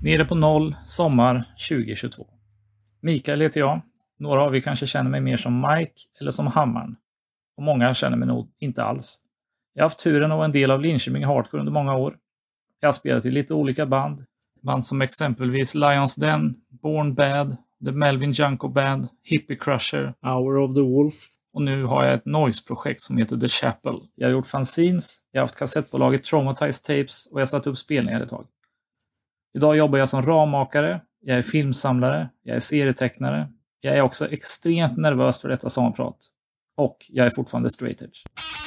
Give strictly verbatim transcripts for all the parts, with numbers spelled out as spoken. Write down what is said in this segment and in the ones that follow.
Nere på noll, sommar tjugohundratjugotvå. Mikael heter jag. Några av er kanske känner mig mer som Mike eller som Hammaren. Och många känner mig nog inte alls. Jag har haft turen att vara en del av Linköping Hardcore under många år. Jag har spelat i lite olika band. Band som exempelvis Lions Den, Born Bad, The Melvin Janko Band, Hippie Crusher, Hour of the Wolf. Och nu har jag ett noise-projekt som heter The Chapel. Jag har gjort fanzines, jag har haft kassettbolaget Traumatized Tapes och jag har satt upp spelningar ett tag. Idag jobbar jag som rammakare, jag är filmsamlare, jag är serietecknare. Jag är också extremt nervös för detta samprat. Och jag är fortfarande straight edge.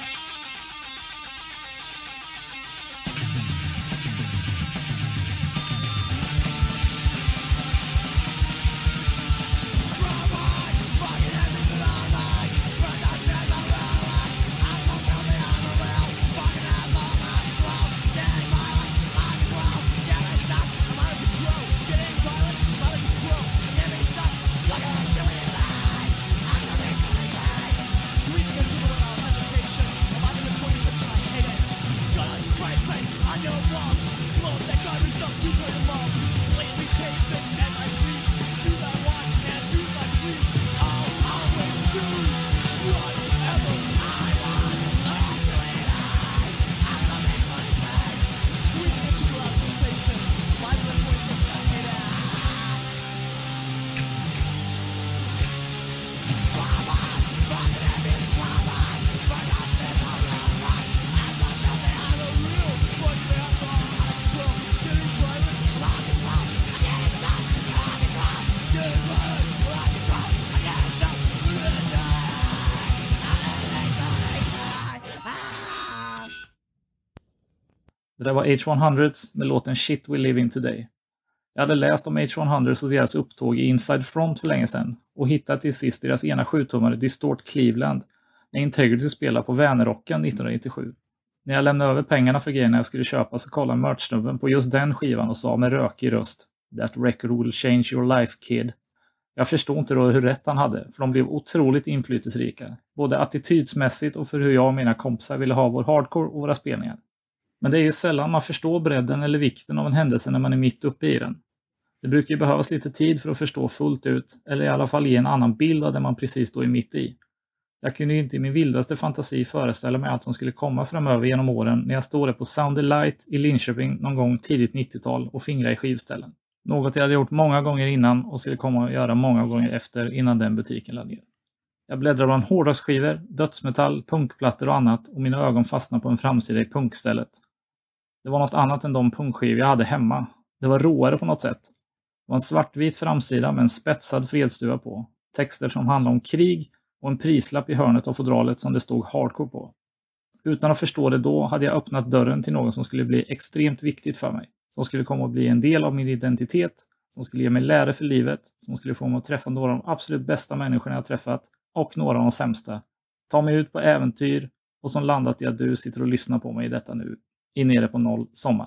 Det där var H hundras med låten Shit We Live In Today. Jag hade läst om H hundras och deras upptåg i Inside Front för länge sedan och hittade till sist deras ena sjutummare Distort Cleveland när Integrity spelade på Vänerrocken nittonhundranittiosju. När jag lämnade över pengarna för grejerna jag skulle köpa så kollade merch-snubben på just den skivan och sa med rökig röst: That record will change your life, kid. Jag förstod inte då hur rätt han hade, för de blev otroligt inflytelserika. Både attitydsmässigt och för hur jag och mina kompisar ville ha vår hardcore och våra spelningar. Men det är ju sällan man förstår bredden eller vikten av en händelse när man är mitt uppe i den. Det brukar ju behövas lite tid för att förstå fullt ut, eller i alla fall ge en annan bild av det man precis då är mitt i. Jag kunde ju inte i min vildaste fantasi föreställa mig allt som skulle komma framöver genom åren när jag står där på Sound Light i Linköping någon gång tidigt nittiotal och fingrar i skivställen. Något jag hade gjort många gånger innan och skulle komma att göra många gånger efter innan den butiken lade ner. Jag bläddrar bland hårdrocksskivor, dödsmetall, punkplattor och annat och mina ögon fastnar på en framsida i punkstället. Det var något annat än de punkskivor jag hade hemma. Det var råare på något sätt. Det var en svartvit framsida med en spetsad fredsduva på. Texter som handlar om krig och en prislapp i hörnet av fodralet som det stod hardcore på. Utan att förstå det då hade jag öppnat dörren till något som skulle bli extremt viktigt för mig. Som skulle komma att bli en del av min identitet. Som skulle ge mig lära för livet. Som skulle få mig att träffa några av de absolut bästa människorna jag träffat. Och några av de sämsta. Ta mig ut på äventyr. Och som landat i att du sitter och lyssnar på mig i detta nu. I Nere på noll, sommar.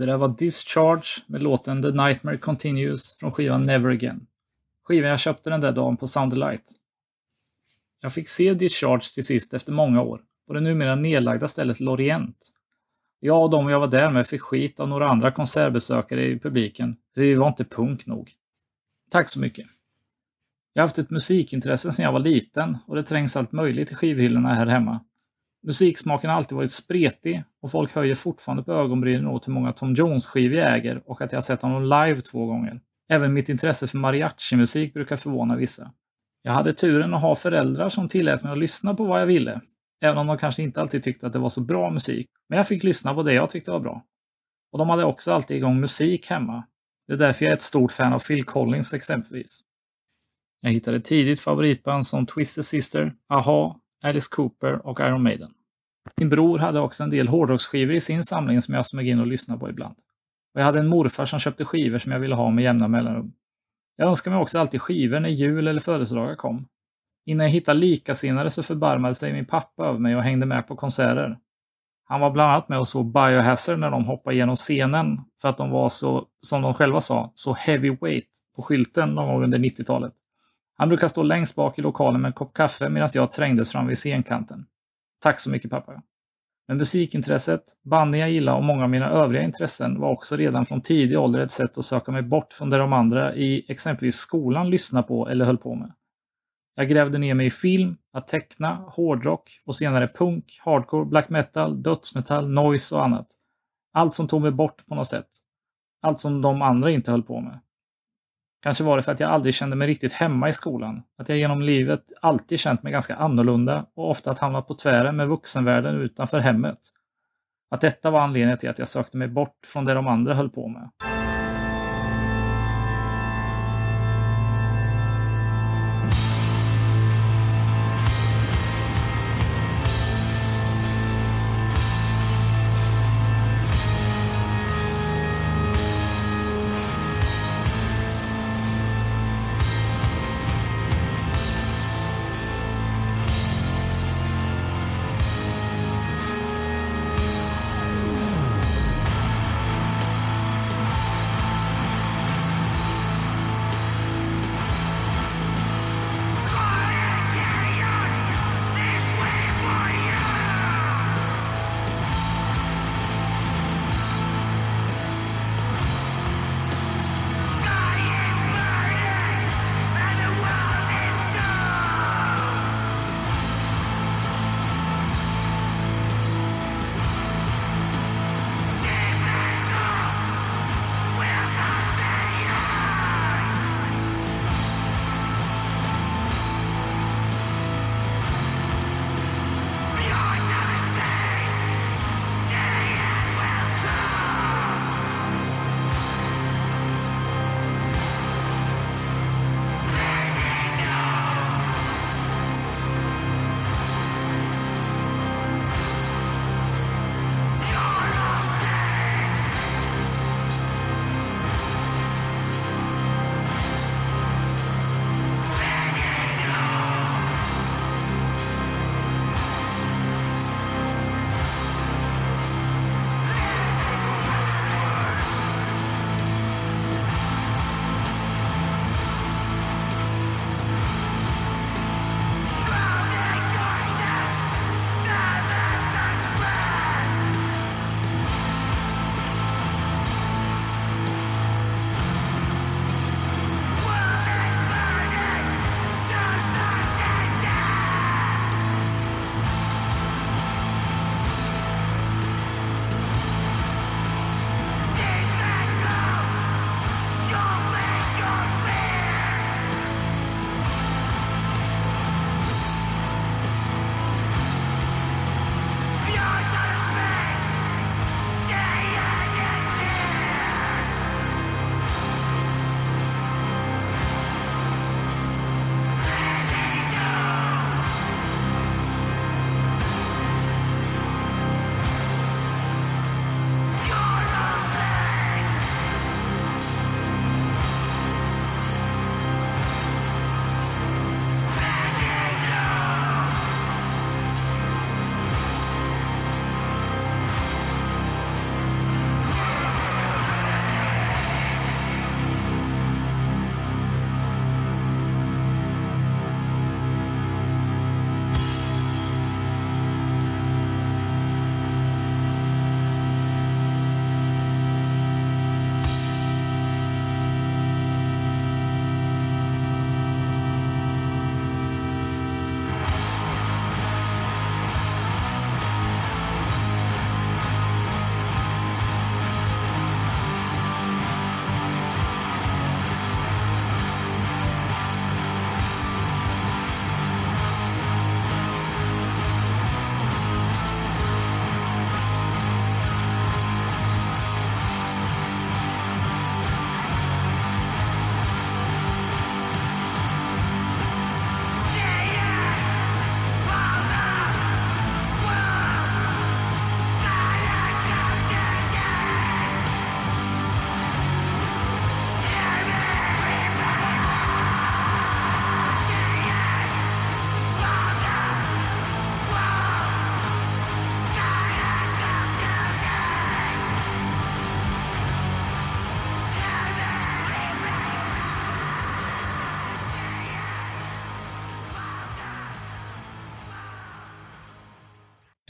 Det där var Discharge med låten The Nightmare Continues från skivan Never Again. Skivan jag köpte den där dagen på Soundelight. Jag fick se Discharge till sist efter många år på det numera nedlagda stället Lorient. Jag och de jag var där med fick skit av några andra konsertbesökare i publiken, för vi var inte punk nog. Tack så mycket. Jag har haft ett musikintresse sedan jag var liten och det trängs allt möjligt i skivhyllorna här hemma. Musiksmaken har alltid varit spretig och folk höjer fortfarande på ögonbrynen åt hur många Tom Jones-skivor jag äger och att jag har sett honom live två gånger. Även mitt intresse för mariachi-musik brukar förvåna vissa. Jag hade turen att ha föräldrar som tillät mig att lyssna på vad jag ville, även om de kanske inte alltid tyckte att det var så bra musik. Men jag fick lyssna på det jag tyckte var bra. Och de hade också alltid igång musik hemma. Det är därför jag är ett stort fan av Phil Collins exempelvis. Jag hittade tidigt favoritband som Twisted Sister, Aha, Alice Cooper och Iron Maiden. Min bror hade också en del hårdrocksskivor i sin samling som jag smög in och lyssnade på ibland. Och jag hade en morfar som köpte skivor som jag ville ha med jämna mellanrum. Jag önskade mig också alltid skivor när jul eller födelsedagar kom. Innan jag hittade likasinnade så förbarmade sig min pappa över mig och hängde med på konserter. Han var bland annat med och såg Biohazard när de hoppade igenom scenen för att de var så, som de själva sa, så heavyweight på skylten någon gång under nittiotalet. Han brukar stå längst bak i lokalen med en kopp kaffe medan jag trängdes fram vid scenkanten. Tack så mycket pappa. Men musikintresset, banden jag gillar och många av mina övriga intressen var också redan från tidig ålder ett sätt att söka mig bort från det de andra i exempelvis skolan lyssnade på eller höll på med. Jag grävde ner mig i film, att teckna, hårdrock och senare punk, hardcore, black metal, dödsmetall, noise och annat. Allt som tog mig bort på något sätt. Allt som de andra inte höll på med. Kanske var det för att jag aldrig kände mig riktigt hemma i skolan. Att jag genom livet alltid känt mig ganska annorlunda och ofta att hamna på tvären med vuxenvärlden utanför hemmet. Att detta var anledningen till att jag sökte mig bort från det de andra höll på med.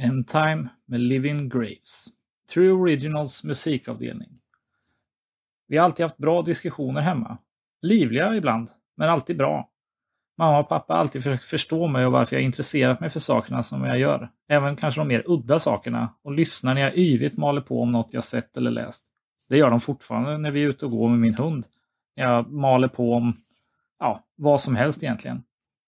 End Time med Living Graves. True Originals musikavdelning. Vi har alltid haft bra diskussioner hemma. Livliga ibland, men alltid bra. Mamma och pappa har alltid försökt förstå mig och varför jag intresserat mig för sakerna som jag gör. Även kanske de mer udda sakerna. Och lyssnar när jag yvigt maler på om något jag sett eller läst. Det gör de fortfarande när vi är ute och går med min hund. Jag maler på om ja, vad som helst egentligen.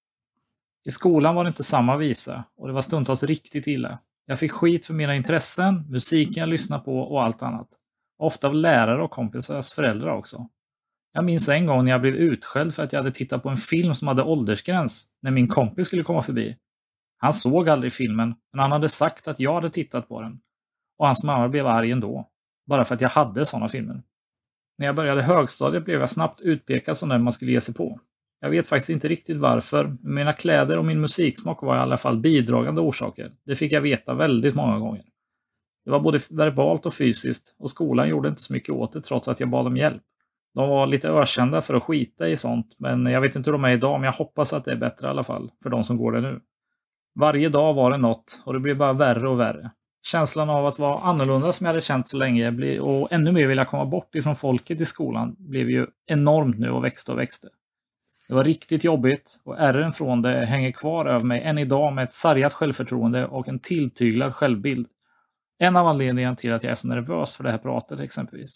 I skolan var det inte samma visa. Och det var stundtals riktigt illa. Jag fick skit för mina intressen, musiken jag lyssnade på och allt annat. Ofta av lärare och kompisars föräldrar också. Jag minns en gång när jag blev utskälld för att jag hade tittat på en film som hade åldersgräns när min kompis skulle komma förbi. Han såg aldrig filmen, men han hade sagt att jag hade tittat på den. Och hans mamma blev arg ändå, bara för att jag hade sådana filmer. När jag började högstadiet blev jag snabbt utpekad som den man skulle ge sig på. Jag vet faktiskt inte riktigt varför, men mina kläder och min musiksmak var i alla fall bidragande orsaker. Det fick jag veta väldigt många gånger. Det var både verbalt och fysiskt, och skolan gjorde inte så mycket åt det trots att jag bad om hjälp. De var lite ökända för att skita i sånt, men jag vet inte hur de är idag, men jag hoppas att det är bättre i alla fall för de som går det nu. Varje dag var det något, och det blev bara värre och värre. Känslan av att vara annorlunda som jag hade känt så länge och ännu mer vilja komma bort ifrån folket i skolan blev ju enormt nu och växte och växte. Det var riktigt jobbigt och ärren från det hänger kvar över mig än idag med ett sargat självförtroende och en tilltyglad självbild. En av anledningarna till att jag är så nervös för det här pratet exempelvis.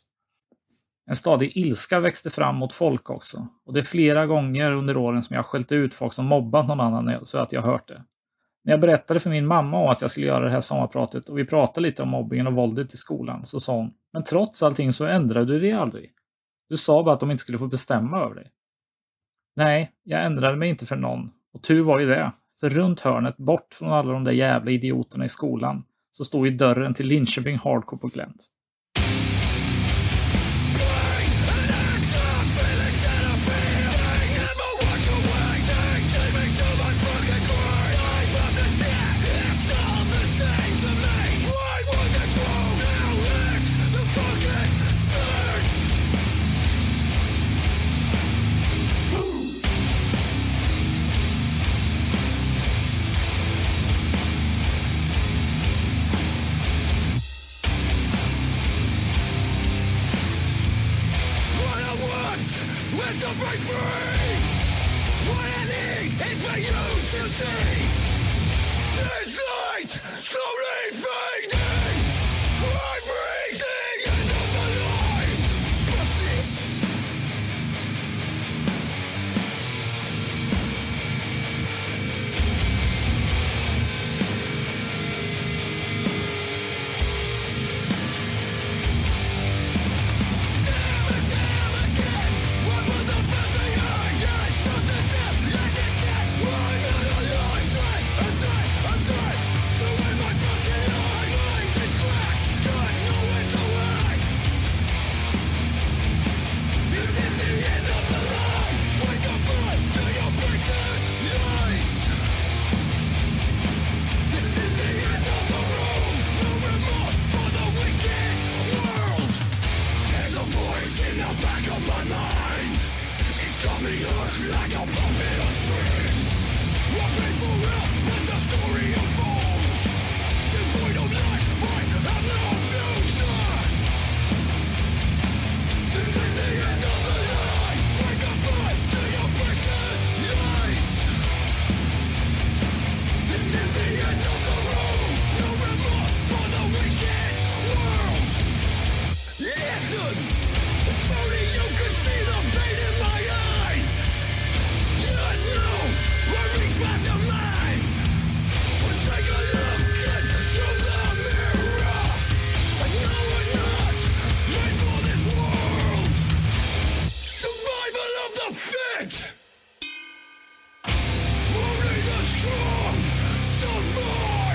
En stadig ilska växte fram mot folk också. Och det är flera gånger under åren som jag har skällt ut folk som mobbat någon annan så att jag hört det. När jag berättade för min mamma om att jag skulle göra det här sommarpratet och vi pratade lite om mobbingen och våldet i skolan så sa hon: men trots allting så ändrade du det aldrig. Du sa bara att de inte skulle få bestämma över dig. Nej, jag ändrade mig inte för någon. Och tur var ju det. För runt hörnet, bort från alla de där jävla idioterna i skolan, så stod ju dörren till Linköping Hardcore på glänt.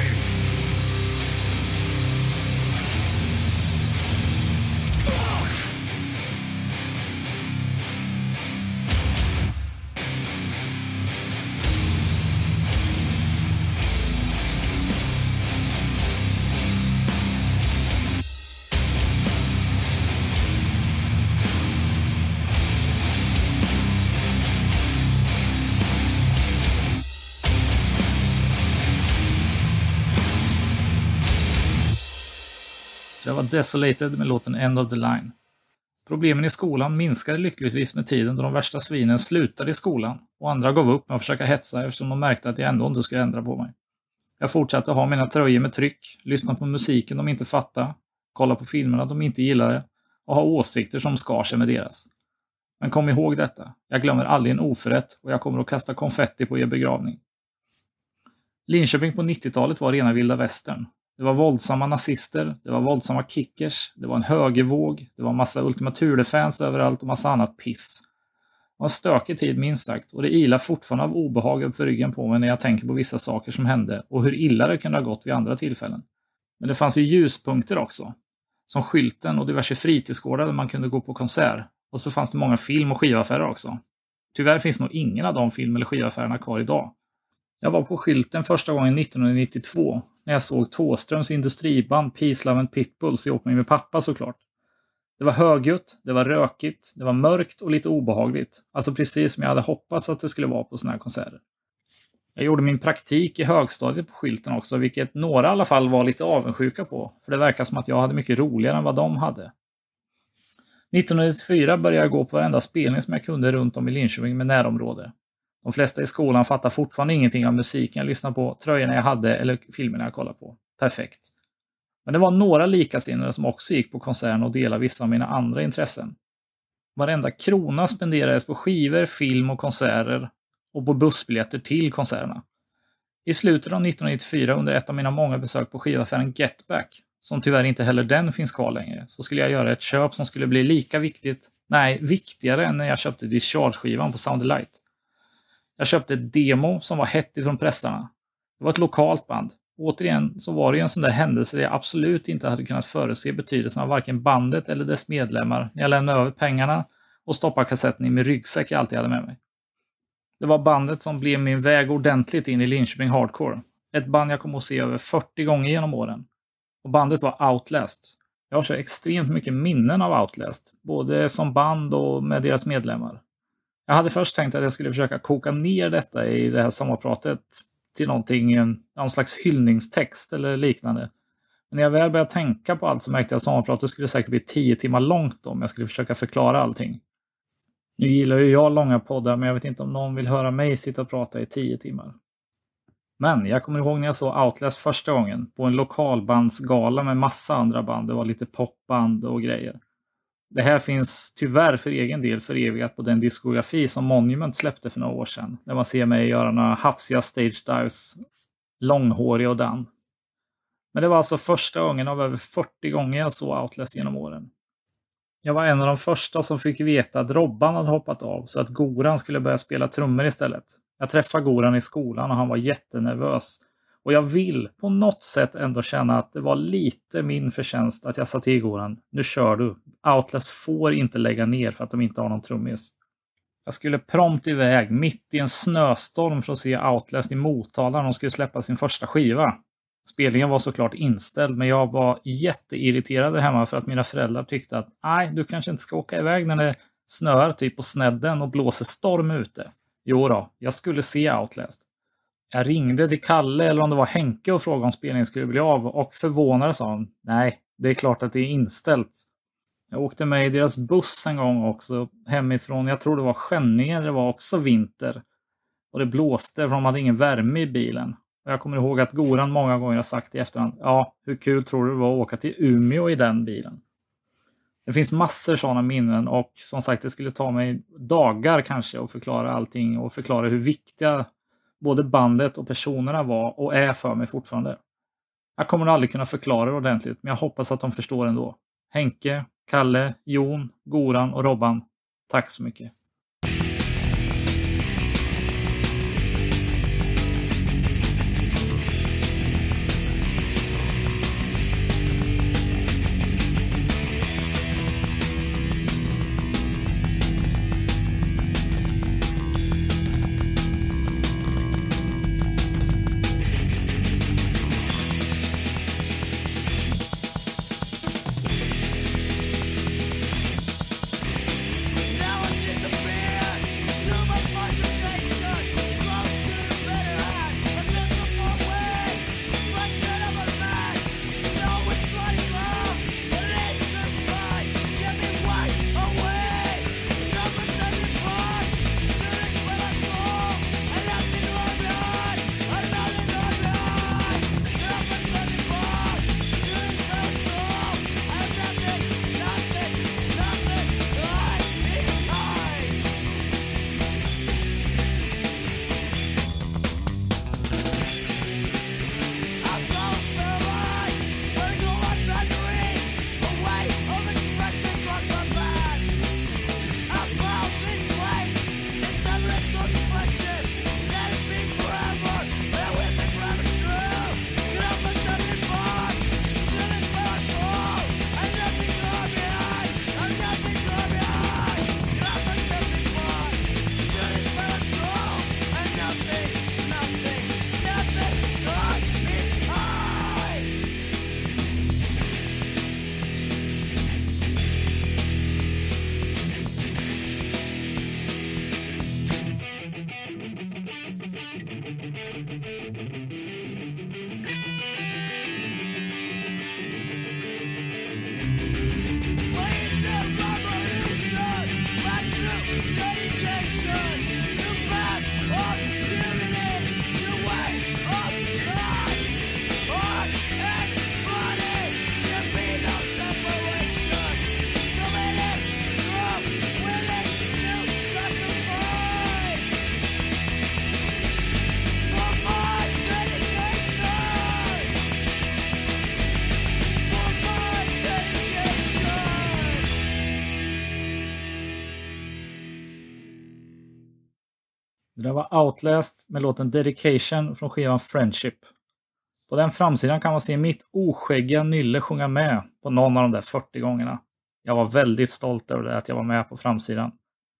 Fuck! Det var Desolated med låten End of the Line. Problemen i skolan minskade lyckligtvis med tiden då de värsta svinen slutade i skolan och andra gav upp med att försöka hetsa eftersom de märkte att jag ändå inte skulle ändra på mig. Jag fortsatte ha mina tröjor med tryck, lyssna på musiken de inte fattade, kolla på filmerna de inte gillade och ha åsikter som skar sig med deras. Men kom ihåg detta, jag glömmer aldrig en oförrätt och jag kommer att kasta konfetti på er begravning. Linköping på nittiotalet var rena vilda västern. Det var våldsamma nazister, det var våldsamma kickers, det var en högervåg, det var massa Ultima Thule-fans överallt och massa annat piss. Det var en stökig tid minst sagt och det ilar fortfarande av obehag upp för ryggen på mig när jag tänker på vissa saker som hände och hur illa det kunde ha gått vid andra tillfällen. Men det fanns ju ljuspunkter också, som skylten och diverse fritidsgårdar där man kunde gå på konsert. Och så fanns det många film- och skivaffärer också. Tyvärr finns nog ingen av de film- eller skivaffärerna kvar idag. Jag var på skylten första gången nittonhundranittiotvå när jag såg Thåströms industriband Peace, Love and Pitbulls ihop med min pappa såklart. Det var högljutt, det var rökigt, det var mörkt och lite obehagligt. Alltså precis som jag hade hoppats att det skulle vara på såna här konserter. Jag gjorde min praktik i högstadiet på skylten också, vilket några i alla fall var lite avundsjuka på. För det verkar som att jag hade mycket roligare än vad de hade. nittonhundranittiofyra började jag gå på varenda spelning som jag kunde runt om i Linköping med närområde. De flesta i skolan fattar fortfarande ingenting av musiken jag lyssnade på, tröjorna jag hade eller filmerna jag kollade på. Perfekt. Men det var några likasinnade som också gick på konserten och delade vissa av mina andra intressen. Varenda krona spenderades på skivor, film och konserter och på bussbiljetter till konserterna. I slutet av nittonhundranittiofyra under ett av mina många besök på skivaffären Get Back, som tyvärr inte heller den finns kvar längre, så skulle jag göra ett köp som skulle bli lika viktigt, nej viktigare än när jag köpte Discharge-skivan på Sound Light. Jag köpte ett demo som var hett ifrån pressarna. Det var ett lokalt band. Återigen så var det en sån där händelse där jag absolut inte hade kunnat förutse betydelsen av varken bandet eller dess medlemmar när jag lämnade över pengarna och stoppade kassetten i min ryggsäck jag alltid hade med mig. Det var bandet som blev min väg ordentligt in i Linköping Hardcore. Ett band jag kom att se över fyrtio gånger genom åren. Och bandet var Outlast. Jag har så extremt mycket minnen av Outlast, både som band och med deras medlemmar. Jag hade först tänkt att jag skulle försöka koka ner detta i det här sommarpratet till någonting, någon slags hyllningstext eller liknande. Men när jag väl började tänka på allt så märkte jag att sommarpratet skulle säkert bli tio timmar långt om jag skulle försöka förklara allting. Nu gillar ju jag långa poddar, men jag vet inte om någon vill höra mig sitta och prata i tio timmar. Men jag kommer ihåg när jag såg Outlast första gången på en lokalbandsgala med massa andra band. Det var lite popband och grejer. Det här finns tyvärr för egen del förevigat på den diskografi som Monument släppte för några år sedan. Där man ser mig göra några hafsiga stage dives, långhårig och dan. Men det var alltså första gången av över fyrtio gånger jag såg Outlast genom åren. Jag var en av de första som fick veta att Robban hade hoppat av så att Goran skulle börja spela trummor istället. Jag träffade Goran i skolan och han var jättenervös. Och jag vill på något sätt ändå känna att det var lite min förtjänst att jag sa till Goran, nu kör du. Outlast får inte lägga ner för att de inte har någon trummis. Jag skulle prompt iväg mitt i en snöstorm för att se Outlast i Motala när de skulle släppa sin första skiva. Spelningen var såklart inställd, men jag var jätteirriterad hemma för att mina föräldrar tyckte att nej, du kanske inte ska åka iväg när det snöar typ på snedden och blåser storm ute. Jo då, jag skulle se Outlast. Jag ringde till Kalle eller om det var Henke och frågade om spelningen skulle bli av och förvånade sa han, nej, det är klart att det är inställt. Jag åkte med i deras buss en gång också hemifrån, jag tror det var Skänninge, det var också vinter. Och det blåste för de hade ingen värme i bilen. Och jag kommer ihåg att Goran många gånger har sagt i efterhand, ja, hur kul tror du det var att åka till Umeå i den bilen? Det finns massor sådana minnen och som sagt det skulle ta mig dagar kanske att förklara allting och förklara hur viktiga både bandet och personerna var och är för mig fortfarande. Jag kommer nog aldrig kunna förklara det ordentligt, men jag hoppas att de förstår ändå. Henke, Kalle, Jon, Goran och Robban, tack så mycket. Now I'm disappointed. Det där var Outlast med låten Dedication från skivan Friendship. På den framsidan kan man se mitt oskäggiga nylle sjunga med på någon av de där fyrtio gångerna. Jag var väldigt stolt över det, att jag var med på framsidan.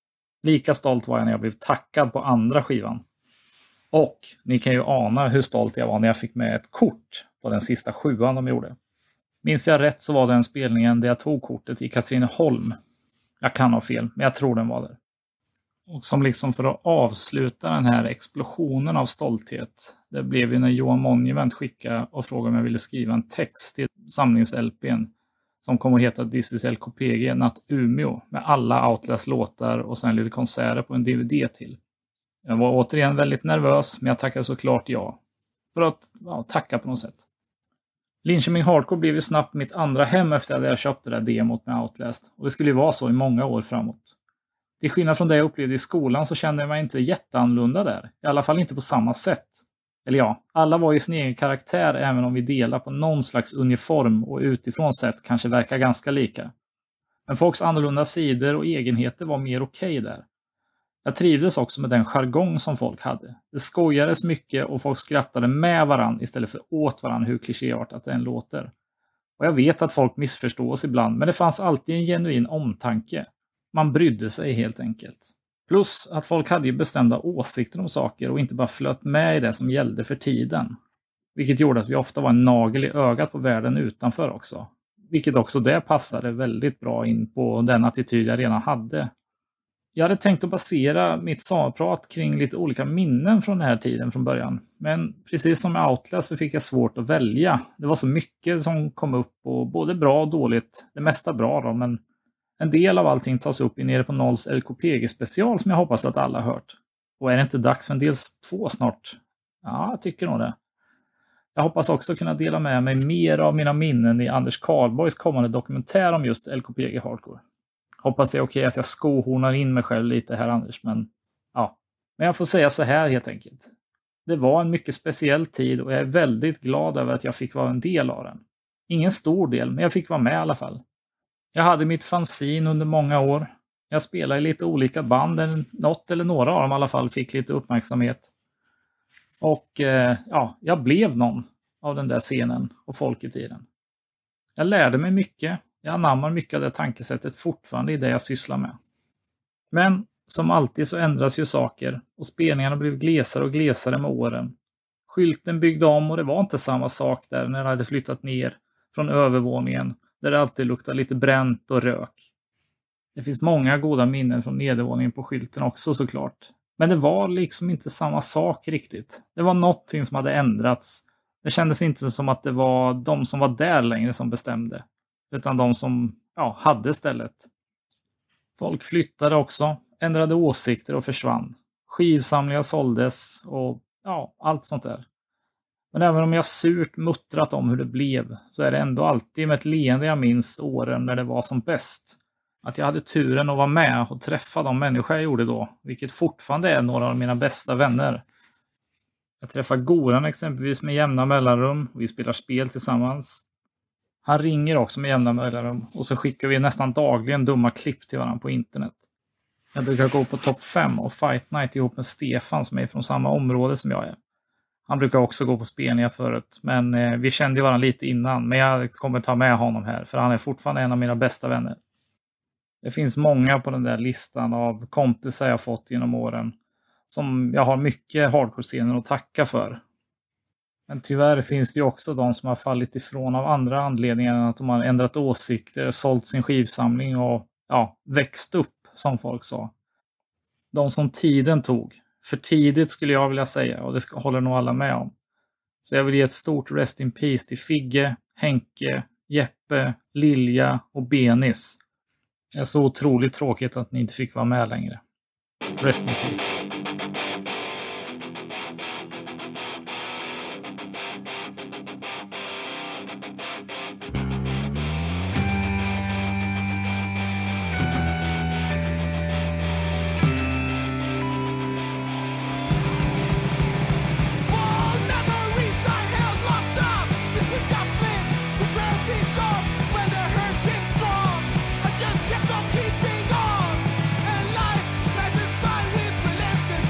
Lika stolt var jag när jag blev tackad på andra skivan. Och ni kan ju ana hur stolt jag var när jag fick med ett kort på den sista sjuan de gjorde. Minns jag rätt så var den spelningen där jag tog kortet i Katrineholm. Jag kan ha fel, men jag tror den var där. Och som liksom för att avsluta den här explosionen av stolthet. Det blev ju när Johan Monument skickade och frågade om jag ville skriva en text till samlings-L P:n. Som kommer att heta This is L K P G Natt Umeå. Med alla Outlast-låtar och sen lite konserter på en D V D till. Jag var återigen väldigt nervös, men jag tackade såklart ja. För att ja, tacka på något sätt. Linköping Hardcore blev ju snabbt mitt andra hem efter att jag köpte det där demot med Outlast. Och det skulle ju vara så i många år framåt. Till skillnad från det jag upplevde i skolan så kände jag mig inte jätteannorlunda där. I alla fall inte på samma sätt. Eller ja, alla var ju sin egen karaktär även om vi delar på någon slags uniform och utifrån sett kanske verkar ganska lika. Men folks annorlunda sidor och egenheter var mer okej där. Jag trivdes också med den jargong som folk hade. Det skojades mycket och folk skrattade med varann istället för åt varann, hur klichéartat det än låter. Och jag vet att folk missförstår oss ibland, men det fanns alltid en genuin omtanke. Man brydde sig helt enkelt. Plus att folk hade ju bestämda åsikter om saker och inte bara flöt med i det som gällde för tiden. Vilket gjorde att vi ofta var en nagel i ögat på världen utanför också. Vilket också det passade väldigt bra in på den attityd jag redan hade. Jag hade tänkt att basera mitt sommarprat kring lite olika minnen från den här tiden från början. Men precis som med Outlast så fick jag svårt att välja. Det var så mycket som kom upp och både bra och dåligt. Det mesta bra då, men en del av allting tas upp i Nere på Nolls L K P G-special som jag hoppas att alla har hört. Och är det inte dags för en del två snart? Ja, jag tycker nog det. Jag hoppas också kunna dela med mig mer av mina minnen i Anders Karlborgs kommande dokumentär om just L K P G Hardcore. Hoppas det är okej att jag skohornar in mig själv lite här, Anders, men ja. Men jag får säga så här helt enkelt. Det var en mycket speciell tid och jag är väldigt glad över att jag fick vara en del av den. Ingen stor del, men jag fick vara med i alla fall. Jag hade mitt fanzine under många år. Jag spelade i lite olika band, där något eller några av dem i alla fall fick lite uppmärksamhet. Och eh, ja, jag blev någon av den där scenen och folket i den. Jag lärde mig mycket. Jag anammar mycket av det tankesättet fortfarande i det jag sysslar med. Men som alltid så ändras ju saker och spelningarna blev glesare och glesare med åren. Skylten byggde om och det var inte samma sak där när det hade flyttat ner från övervåningen där det alltid luktade lite bränt och rök. Det finns många goda minnen från nedervåningen på skylten också såklart. Men det var liksom inte samma sak riktigt. Det var någonting som hade ändrats. Det kändes inte som att det var de som var där längre som bestämde. Utan de som ja, hade stället. Folk flyttade också, ändrade åsikter och försvann. Skivsamlingar såldes och ja, allt sånt där. Men även om jag surt muttrat om hur det blev så är det ändå alltid med ett leende jag minns åren när det var som bäst. Att jag hade turen att vara med och träffa de människor jag gjorde då, vilket fortfarande är några av mina bästa vänner. Jag träffar Goran exempelvis med jämna mellanrum och vi spelar spel tillsammans. Han ringer också med jämna mellanrum och så skickar vi nästan dagligen dumma klipp till varandra på internet. Jag brukar gå på topp fem och Fight Night ihop med Stefan som är från samma område som jag är. Han brukar också gå på spelningar förut, men eh, vi kände ju varandra lite innan. Men jag kommer ta med honom här, för han är fortfarande en av mina bästa vänner. Det finns många på den där listan av kompisar jag fått genom åren. Som jag har mycket hardcore-scener att tacka för. Men tyvärr finns det ju också de som har fallit ifrån av andra anledningar än att de har ändrat åsikter, sålt sin skivsamling och ja, växt upp, som folk sa. De som tiden tog. För tidigt skulle jag vilja säga, och det håller nog alla med om. Så jag vill ge ett stort rest in peace till Figge, Henke, Jeppe, Lilja och Benis. Det är så otroligt tråkigt att ni inte fick vara med längre. Rest in peace. Keeping on, and life passes by with relentless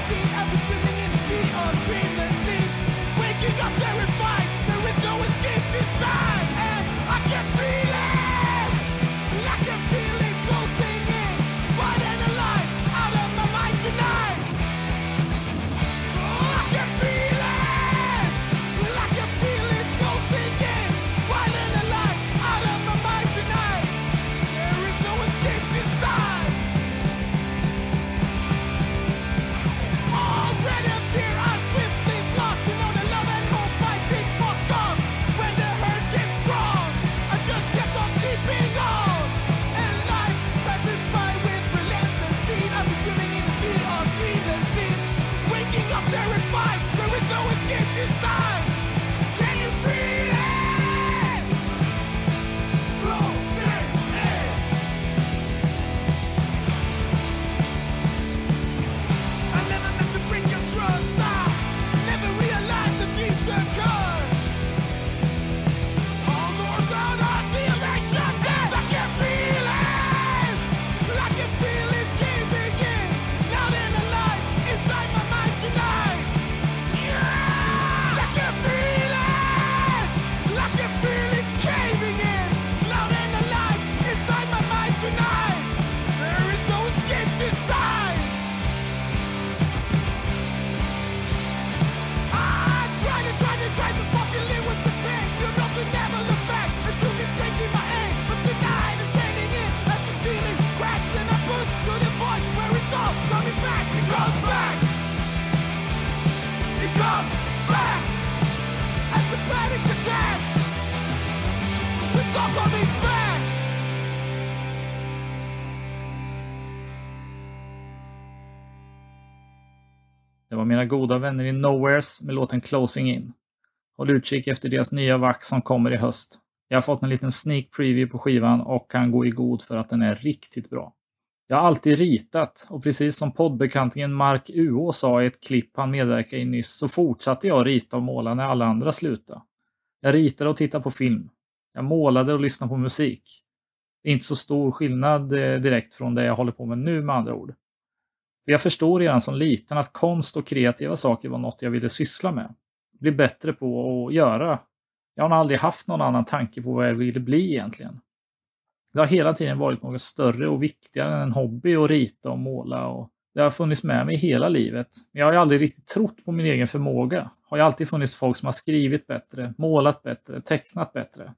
Det var mina goda vänner i Nowheres med låten Closing In. Håll utkik efter deras nya vax som kommer i höst. Jag har fått en liten sneak preview på skivan och kan gå i god för att den är riktigt bra. Jag har alltid ritat och precis som poddbekantingen Mark U O sa i ett klipp han medverkade i nyss så fortsatte jag rita och måla när alla andra slutade. Jag ritade och tittade på film. Jag målade och lyssnade på musik. Det är inte så stor skillnad direkt från det jag håller på med nu med andra ord. För jag förstår redan som liten att konst och kreativa saker var något jag ville syssla med. Bli bättre på att göra. Jag har aldrig haft någon annan tanke på vad jag ville bli egentligen. Det har hela tiden varit något större och viktigare än en hobby att rita och måla. Och det har funnits med mig hela livet. Men jag har aldrig riktigt trott på min egen förmåga. Det har ju alltid funnits folk som har skrivit bättre, målat bättre, tecknat bättre.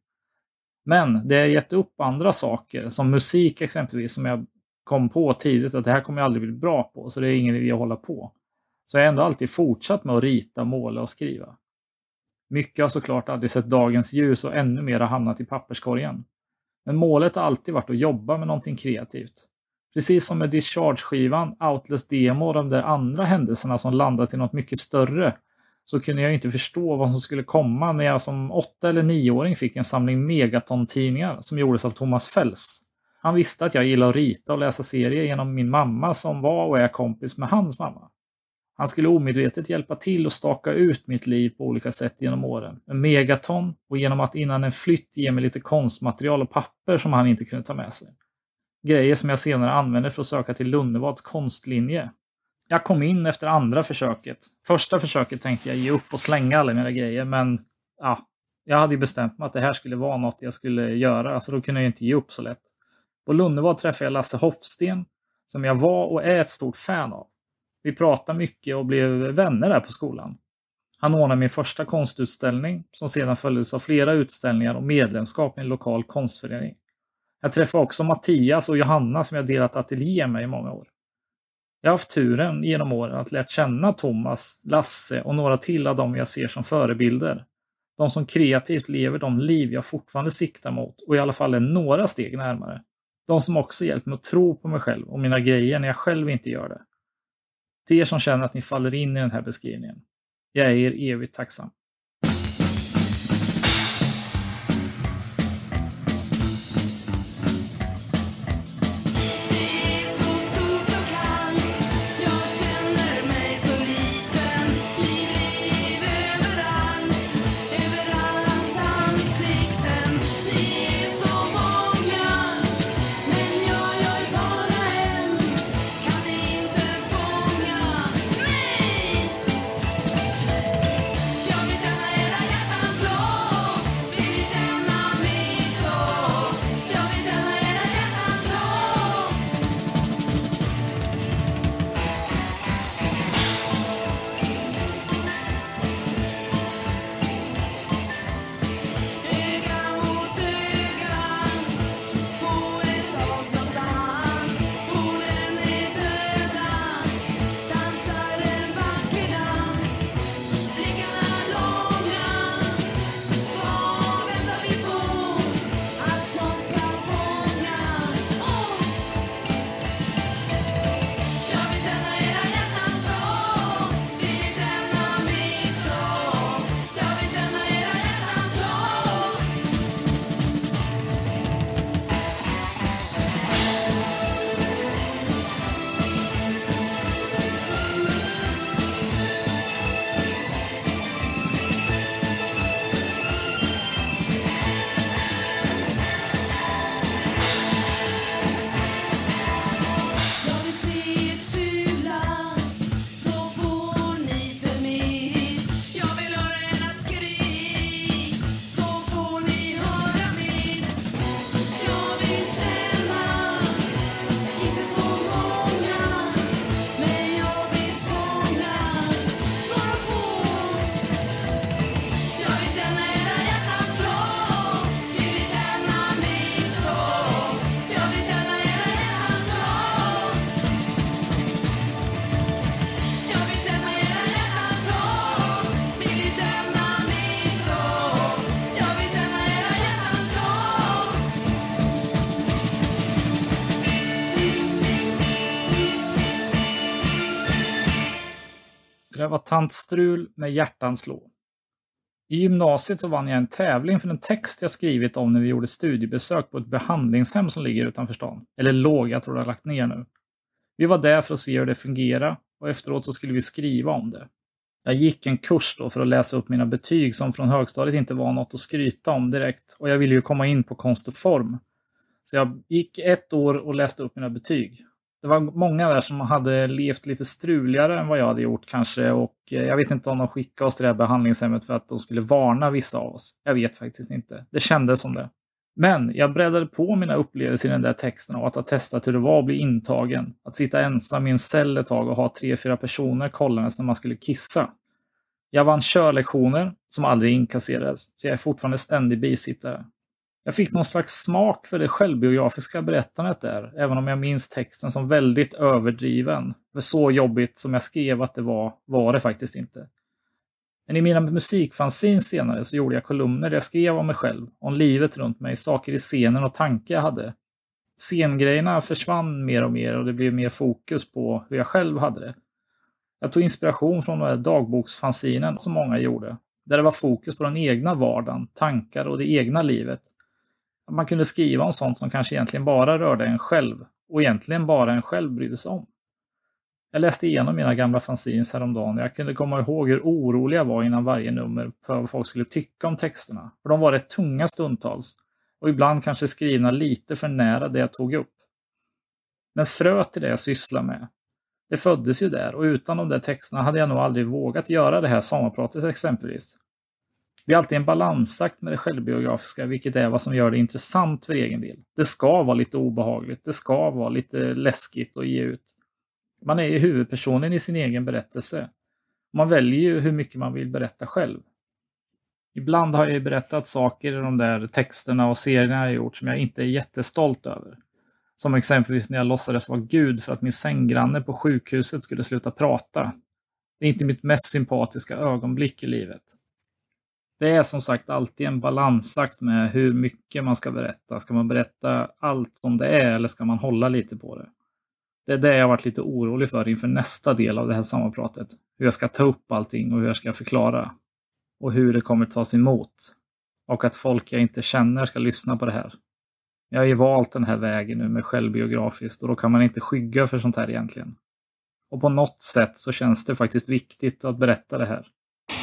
Men det har gett upp andra saker, som musik exempelvis, som jag kom på tidigt att det här kommer jag aldrig bli bra på, så det är ingen idé att hålla på. Så jag har ändå alltid fortsatt med att rita, måla och skriva. Mycket har såklart aldrig sett dagens ljus och ännu mer har hamnat i papperskorgen. Men målet har alltid varit att jobba med någonting kreativt. Precis som med Discharge-skivan, Outless Demo och de där andra händelserna som landat i något mycket större, så kunde jag inte förstå vad som skulle komma när jag som åtta- eller nioåring fick en samling Megaton-tidningar som gjordes av Thomas Fels. Han visste att jag gillade att rita och läsa serier genom min mamma som var och är kompis med hans mamma. Han skulle omedvetet hjälpa till att staka ut mitt liv på olika sätt genom åren. Med Megaton och genom att innan en flytt ge mig lite konstmaterial och papper som han inte kunde ta med sig. Grejer som jag senare använde för att söka till Lunnevads konstlinje. Jag kom in efter andra försöket. Första försöket tänkte jag ge upp och slänga alla mina grejer, men ja, jag hade ju bestämt mig att det här skulle vara något jag skulle göra, så då kunde jag inte ge upp så lätt. På Lunnevad träffade jag Lasse Hofsten, som jag var och är ett stort fan av. Vi pratade mycket och blev vänner där på skolan. Han ordnade min första konstutställning, som sedan följdes av flera utställningar och medlemskap i en lokal konstförening. Jag träffade också Mattias och Johanna som jag delat ateljé med i många år. Jag har haft turen genom åren att lärt känna Thomas, Lasse och några till av dem jag ser som förebilder. De som kreativt lever de liv jag fortfarande siktar mot och i alla fall är några steg närmare. De som också hjälpt mig att tro på mig själv och mina grejer när jag själv inte gör det. Till er som känner att ni faller in i den här beskrivningen. Jag är er evigt tacksam. Jag vill Det var tant Strul med hjärtan slå. I gymnasiet så vann jag en tävling för en text jag skrivit om när vi gjorde studiebesök på ett behandlingshem som ligger utanför stan. Eller låg, jag tror det har lagt ner nu. Vi var där för att se hur det fungerar och efteråt så skulle vi skriva om det. Jag gick en kurs då för att läsa upp mina betyg som från högstadiet inte var något att skryta om direkt. Och jag ville ju komma in på konst och form. Så jag gick ett år och läste upp mina betyg. Det var många där som hade levt lite struligare än vad jag hade gjort kanske. Och jag vet inte om de skickade oss till det här behandlingshemmet för att de skulle varna vissa av oss. Jag vet faktiskt inte. Det kändes som det. Men jag breddade på mina upplevelser i den där texten av att ha testat hur det var att bli intagen. Att sitta ensam i en cell ett tag och ha tre, fyra personer kollandes när man skulle kissa. Jag vann körlektioner som aldrig inkasserades. Så jag är fortfarande ständig bisittare. Jag fick någon slags smak för det självbiografiska berättandet där. Även om jag minns texten som väldigt överdriven. För så jobbigt som jag skrev att det var, var det faktiskt inte. Men i mina musikfanzin senare så gjorde jag kolumner där jag skrev om mig själv. Om livet runt mig, saker i scenen och tankar jag hade. Scengrejerna försvann mer och mer och det blev mer fokus på hur jag själv hade det. Jag tog inspiration från de här dagboksfanzinen som många gjorde. Där det var fokus på den egna vardagen, tankar och det egna livet. Man kunde skriva om sånt som kanske egentligen bara rörde en själv. Och egentligen bara en själv brydde sig om. Jag läste igenom mina gamla fanzines häromdagen och jag kunde komma ihåg hur orolig jag var innan varje nummer för vad folk skulle tycka om texterna. För de var rätt tunga stundtals. Och ibland kanske skrivna lite för nära det jag tog upp. Men fröet till det jag sysslar med. Det föddes ju där och utan de där texterna hade jag nog aldrig vågat göra det här sommarpratet exempelvis. Det är alltid en balansakt med det självbiografiska, vilket är vad som gör det intressant för egen del. Det ska vara lite obehagligt, det ska vara lite läskigt att ge ut. Man är ju huvudpersonen i sin egen berättelse. Man väljer ju hur mycket man vill berätta själv. Ibland har jag ju berättat saker i de där texterna och serierna jag gjort som jag inte är jättestolt över. Som exempelvis när jag låtsades vara Gud för att min sänggranne på sjukhuset skulle sluta prata. Det är inte mitt mest sympatiska ögonblick i livet. Det är som sagt alltid en balansakt med hur mycket man ska berätta. Ska man berätta allt som det är eller ska man hålla lite på det? Det är det jag har varit lite orolig för inför nästa del av det här sammanpratet. Hur jag ska ta upp allting och hur jag ska förklara. Och hur det kommer tas emot. Och att folk jag inte känner ska lyssna på det här. Jag har ju valt den här vägen nu med självbiografiskt och då kan man inte skygga för sånt här egentligen. Och på något sätt så känns det faktiskt viktigt att berätta det här.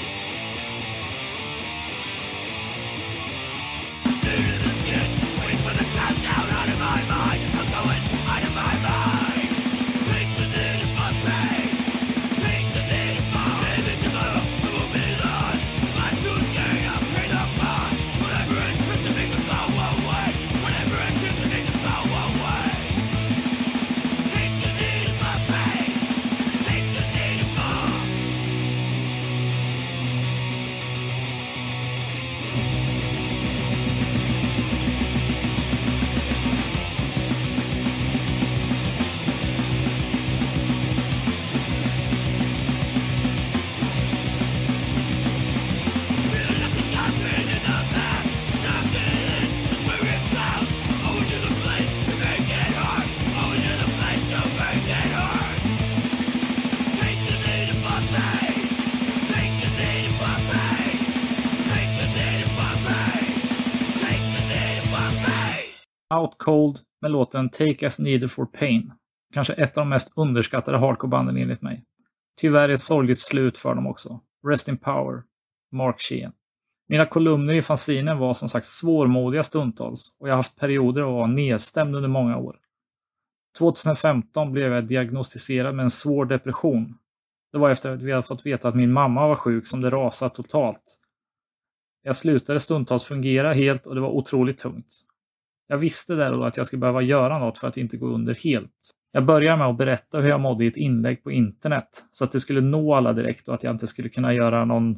Out Cold med låten Take As Needed For Pain. Kanske ett av de mest underskattade hardcore-banden enligt mig. Tyvärr är ett sorgligt slut för dem också. Rest in Power, Mark Sheehan. Mina kolumner i fanzinen var som sagt svårmodiga stundtals och jag har haft perioder av att vara nedstämd under många år. tjugohundrafemton blev jag diagnostiserad med en svår depression. Det var efter att vi hade fått veta att min mamma var sjuk som det rasade totalt. Jag slutade stundtals fungera helt och det var otroligt tungt. Jag visste där då att jag skulle behöva göra något för att inte gå under helt. Jag började med att berätta hur jag mådde i ett inlägg på internet. Så att det skulle nå alla direkt och att jag inte skulle kunna göra någon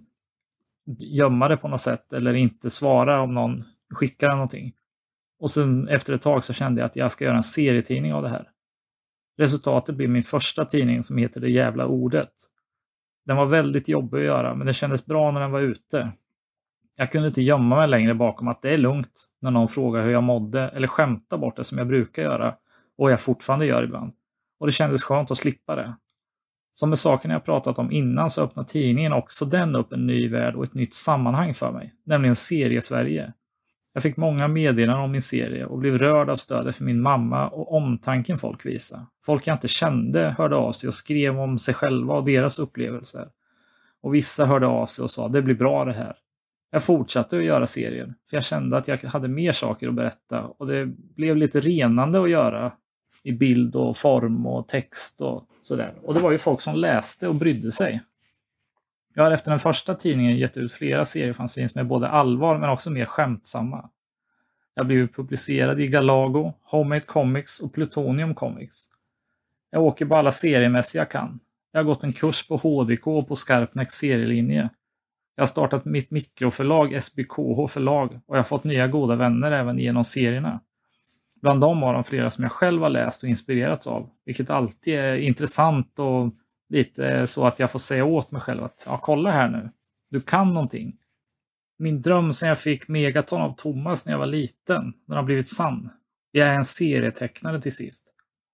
gömma det på något sätt. Eller inte svara om någon skickar någonting. Och sen efter ett tag så kände jag att jag ska göra en serietidning av det här. Resultatet blev min första tidning som heter Det jävla ordet. Den var väldigt jobbig att göra men det kändes bra när den var ute. Jag kunde inte gömma mig längre bakom att det är lugnt när någon frågar hur jag mådde eller skämta bort det som jag brukar göra och jag fortfarande gör ibland. Och det kändes skönt att slippa det. Som med saken jag pratat om innan så öppnar tidningen också den upp en ny värld och ett nytt sammanhang för mig, nämligen Serie-Sverige. Jag fick många meddelanden om min serie och blev rörd av stödet för min mamma och omtanken folk visade. Folk jag inte kände hörde av sig och skrev om sig själva och deras upplevelser. Och vissa hörde av sig och sa det blir bra det här. Jag fortsatte att göra serien för jag kände att jag hade mer saker att berätta och det blev lite renande att göra i bild och form och text och sådär. Och det var ju folk som läste och brydde sig. Jag har efter den första tidningen gett ut flera seriefanzines med både allvar men också mer skämtsamma. Jag har blivit publicerad i Galago, Homemade Comics och Plutonium Comics. Jag åker på alla seriemässiga jag kan. Jag har gått en kurs på H D K och på Skarpnäcks serielinje. Jag har startat mitt mikroförlag S B K H förlag och jag har fått nya goda vänner även genom serierna. Bland dem var de flera som jag själv har läst och inspirerats av, vilket alltid är intressant och lite så att jag får säga åt mig själv att ja, kolla här nu, du kan någonting. Min dröm sen jag fick Megaton av Thomas när jag var liten, den har blivit sann. Jag är en serietecknare till sist.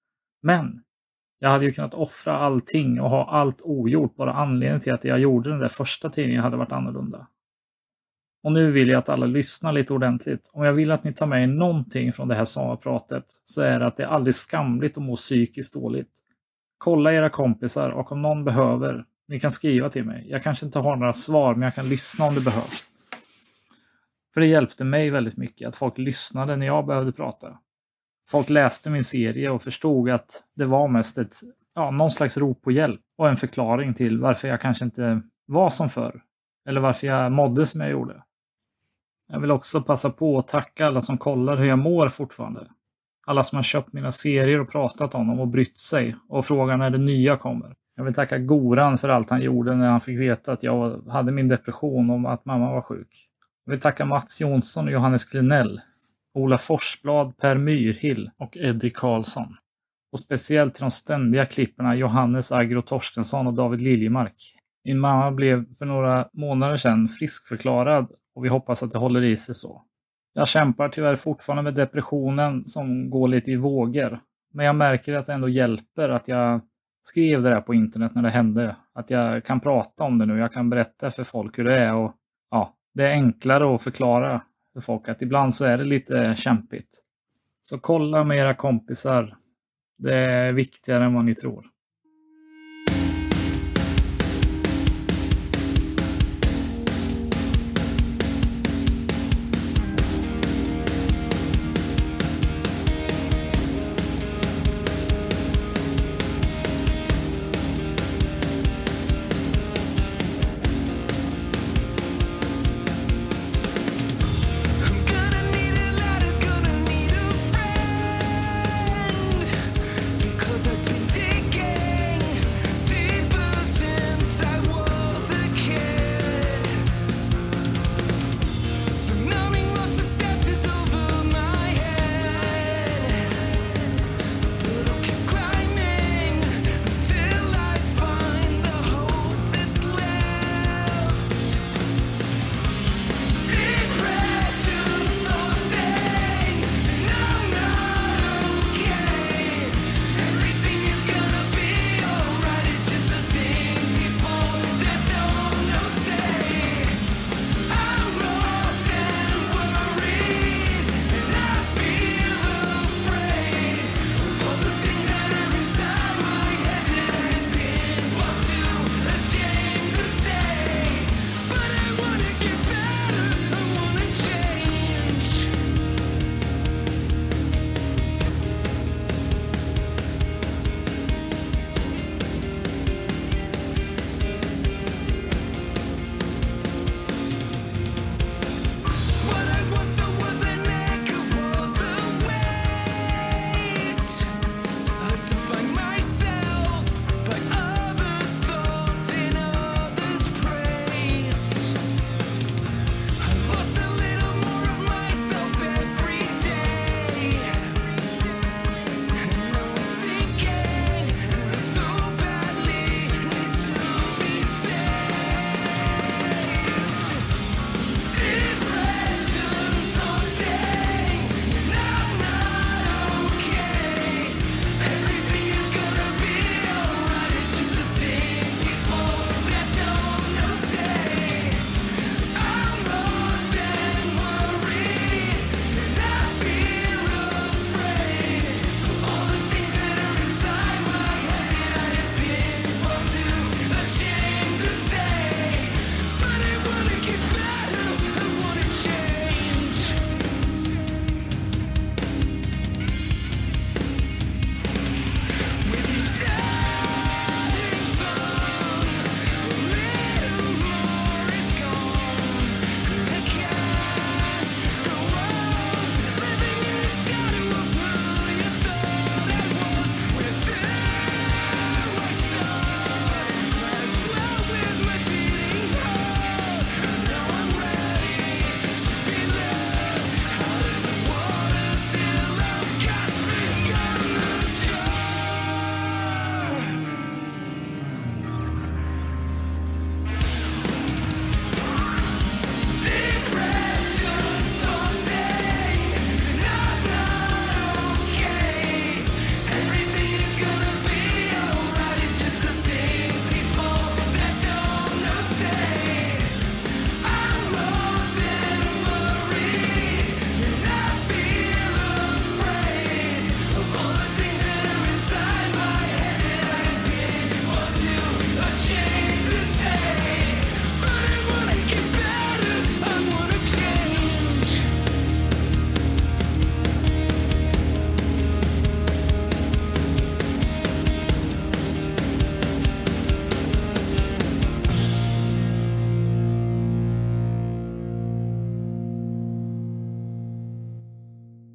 Men jag hade ju kunnat offra allting och ha allt ogjort bara anledningen till att jag gjorde den där första tidningen hade varit annorlunda. Och nu vill jag att alla lyssnar lite ordentligt. Om jag vill att ni tar med er någonting från det här sommarpratet så är det att det är aldrig skamligt att må psykiskt dåligt. Kolla era kompisar och om någon behöver, ni kan skriva till mig. Jag kanske inte har några svar men jag kan lyssna om det behövs. För det hjälpte mig väldigt mycket att folk lyssnade när jag behövde prata. Folk läste min serie och förstod att det var mest ett, ja, någon slags rop på hjälp och en förklaring till varför jag kanske inte var som förr. Eller varför jag mådde som jag gjorde. Jag vill också passa på att tacka alla som kollar hur jag mår fortfarande. Alla som har köpt mina serier och pratat om dem och brytt sig och frågar när det nya kommer. Jag vill tacka Goran för allt han gjorde när han fick veta att jag hade min depression om att mamma var sjuk. Jag vill tacka Mats Jonsson och Johannes Klinell, Ola Forsblad, Per Myrhill och Eddie Karlsson. Och speciellt till de ständiga klipperna Johannes Agro Torstensson och David Liljemark. Min mamma blev för några månader sedan friskförklarad och vi hoppas att det håller i sig så. Jag kämpar tyvärr fortfarande med depressionen som går lite i vågor. Men jag märker att det ändå hjälper att jag skrev det där på internet när det hände. Att jag kan prata om det nu, jag kan berätta för folk hur det är och ja, det är enklare att förklara för folk att ibland så är det lite kämpigt. Så kolla med era kompisar. Det är viktigare än vad ni tror. Cause I've been taken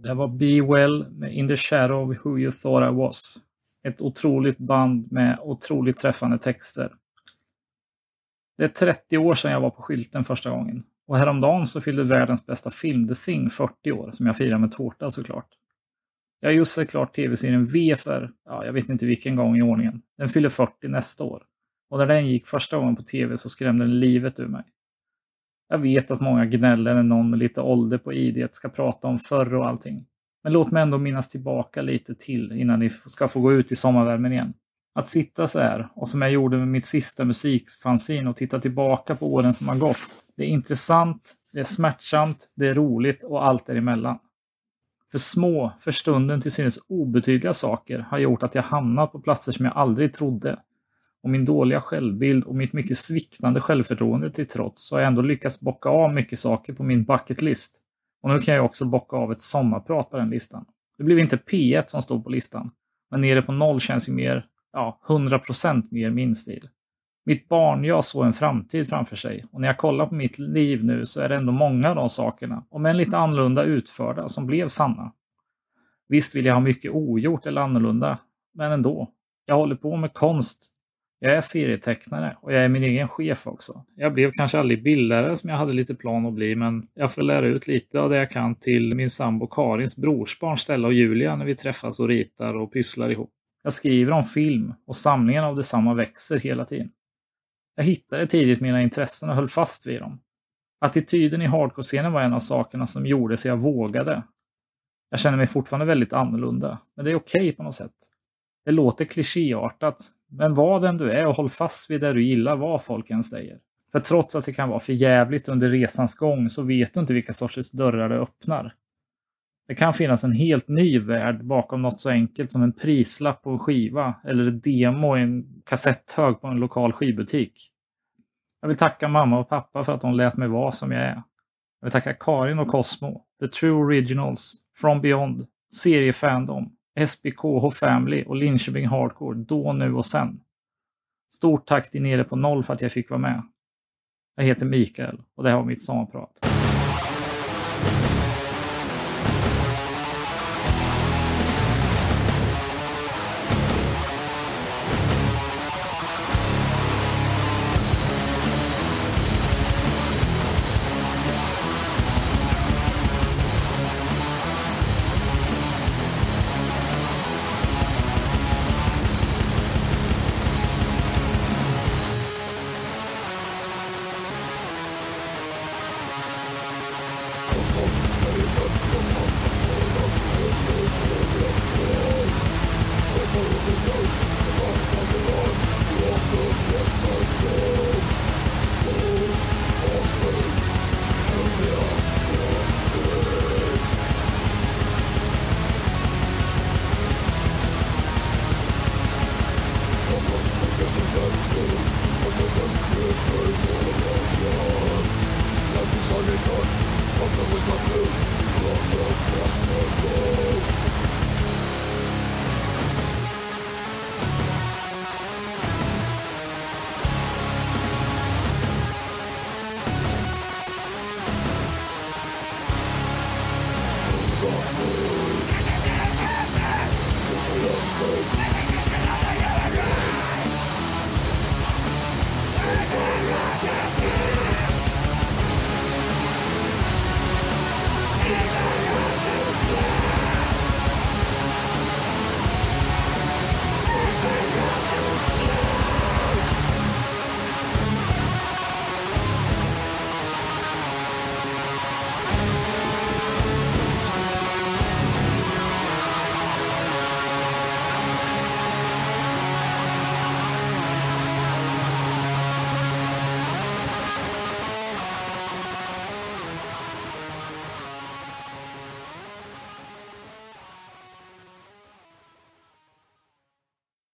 Det var Be Well med In the Shadow of Who You Thought I Was. Ett otroligt band med otroligt träffande texter. Det är trettio år sedan jag var på skylten första gången. Och häromdagen så fyllde världens bästa film The Thing fyrtio år, som jag firar med tårta såklart. Jag har just sett klart tv-serien V för, ja, jag vet inte vilken gång i ordningen. Den fyller fyrtio nästa år. Och när den gick första gången på tv så skrämde den livet ur mig. Jag vet att många gnäller när någon med lite ålder på idet ska prata om förr och allting. Men låt mig ändå minnas tillbaka lite till innan ni ska få gå ut i sommarvärmen igen. Att sitta så här, och som jag gjorde med mitt sista musikfanzin och titta tillbaka på åren som har gått. Det är intressant, det är smärtsamt, det är roligt och allt däremellan. För små, för stunden till synes obetydliga saker har gjort att jag hamnat på platser som jag aldrig trodde. Och min dåliga självbild och mitt mycket sviktande självförtroende till trots så har jag ändå lyckats bocka av mycket saker på min bucketlist. Och nu kan jag också bocka av ett sommarprat på den listan. Det blev inte P ett som stod på listan, men nere på noll känns ju mer, ja, hundra procent mer min stil. Mitt barn, jag såg en framtid framför sig, och när jag kollar på mitt liv nu så är det ändå många av de sakerna, om än lite annorlunda utförda, som blev sanna. Visst vill jag ha mycket ogjort eller annorlunda, men ändå. Jag håller på med konst. Jag är serietecknare och jag är min egen chef också. Jag blev kanske aldrig bildare som jag hade lite plan att bli, men jag får lära ut lite av det jag kan till min sambo Karins brorsbarn Stella och Julia när vi träffas och ritar och pysslar ihop. Jag skriver om film och samlingen av detsamma växer hela tiden. Jag hittade tidigt mina intressen och höll fast vid dem. Attityden i hardcore-scenen var en av sakerna som gjorde så jag vågade. Jag känner mig fortfarande väldigt annorlunda, men det är okej på något sätt. Det låter klichéartat, men var den du är och håll fast vid det du gillar vad folk än säger. För trots att det kan vara för jävligt under resans gång så vet du inte vilka sorters dörrar det öppnar. Det kan finnas en helt ny värld bakom något så enkelt som en prislapp på en skiva eller ett demo i en kassetthög på en lokal skivbutik. Jag vill tacka mamma och pappa för att de lät mig vara som jag är. Jag vill tacka Karin och Cosmo, The True Originals, From Beyond, Seriefandom, S B K H Family och Linköping Hardcore, då, nu och sen. Stort tack till Nere på Noll för att jag fick vara med. Jag heter Mikael och det här var mitt sommarprat. Something with the blue, love, love, fast, and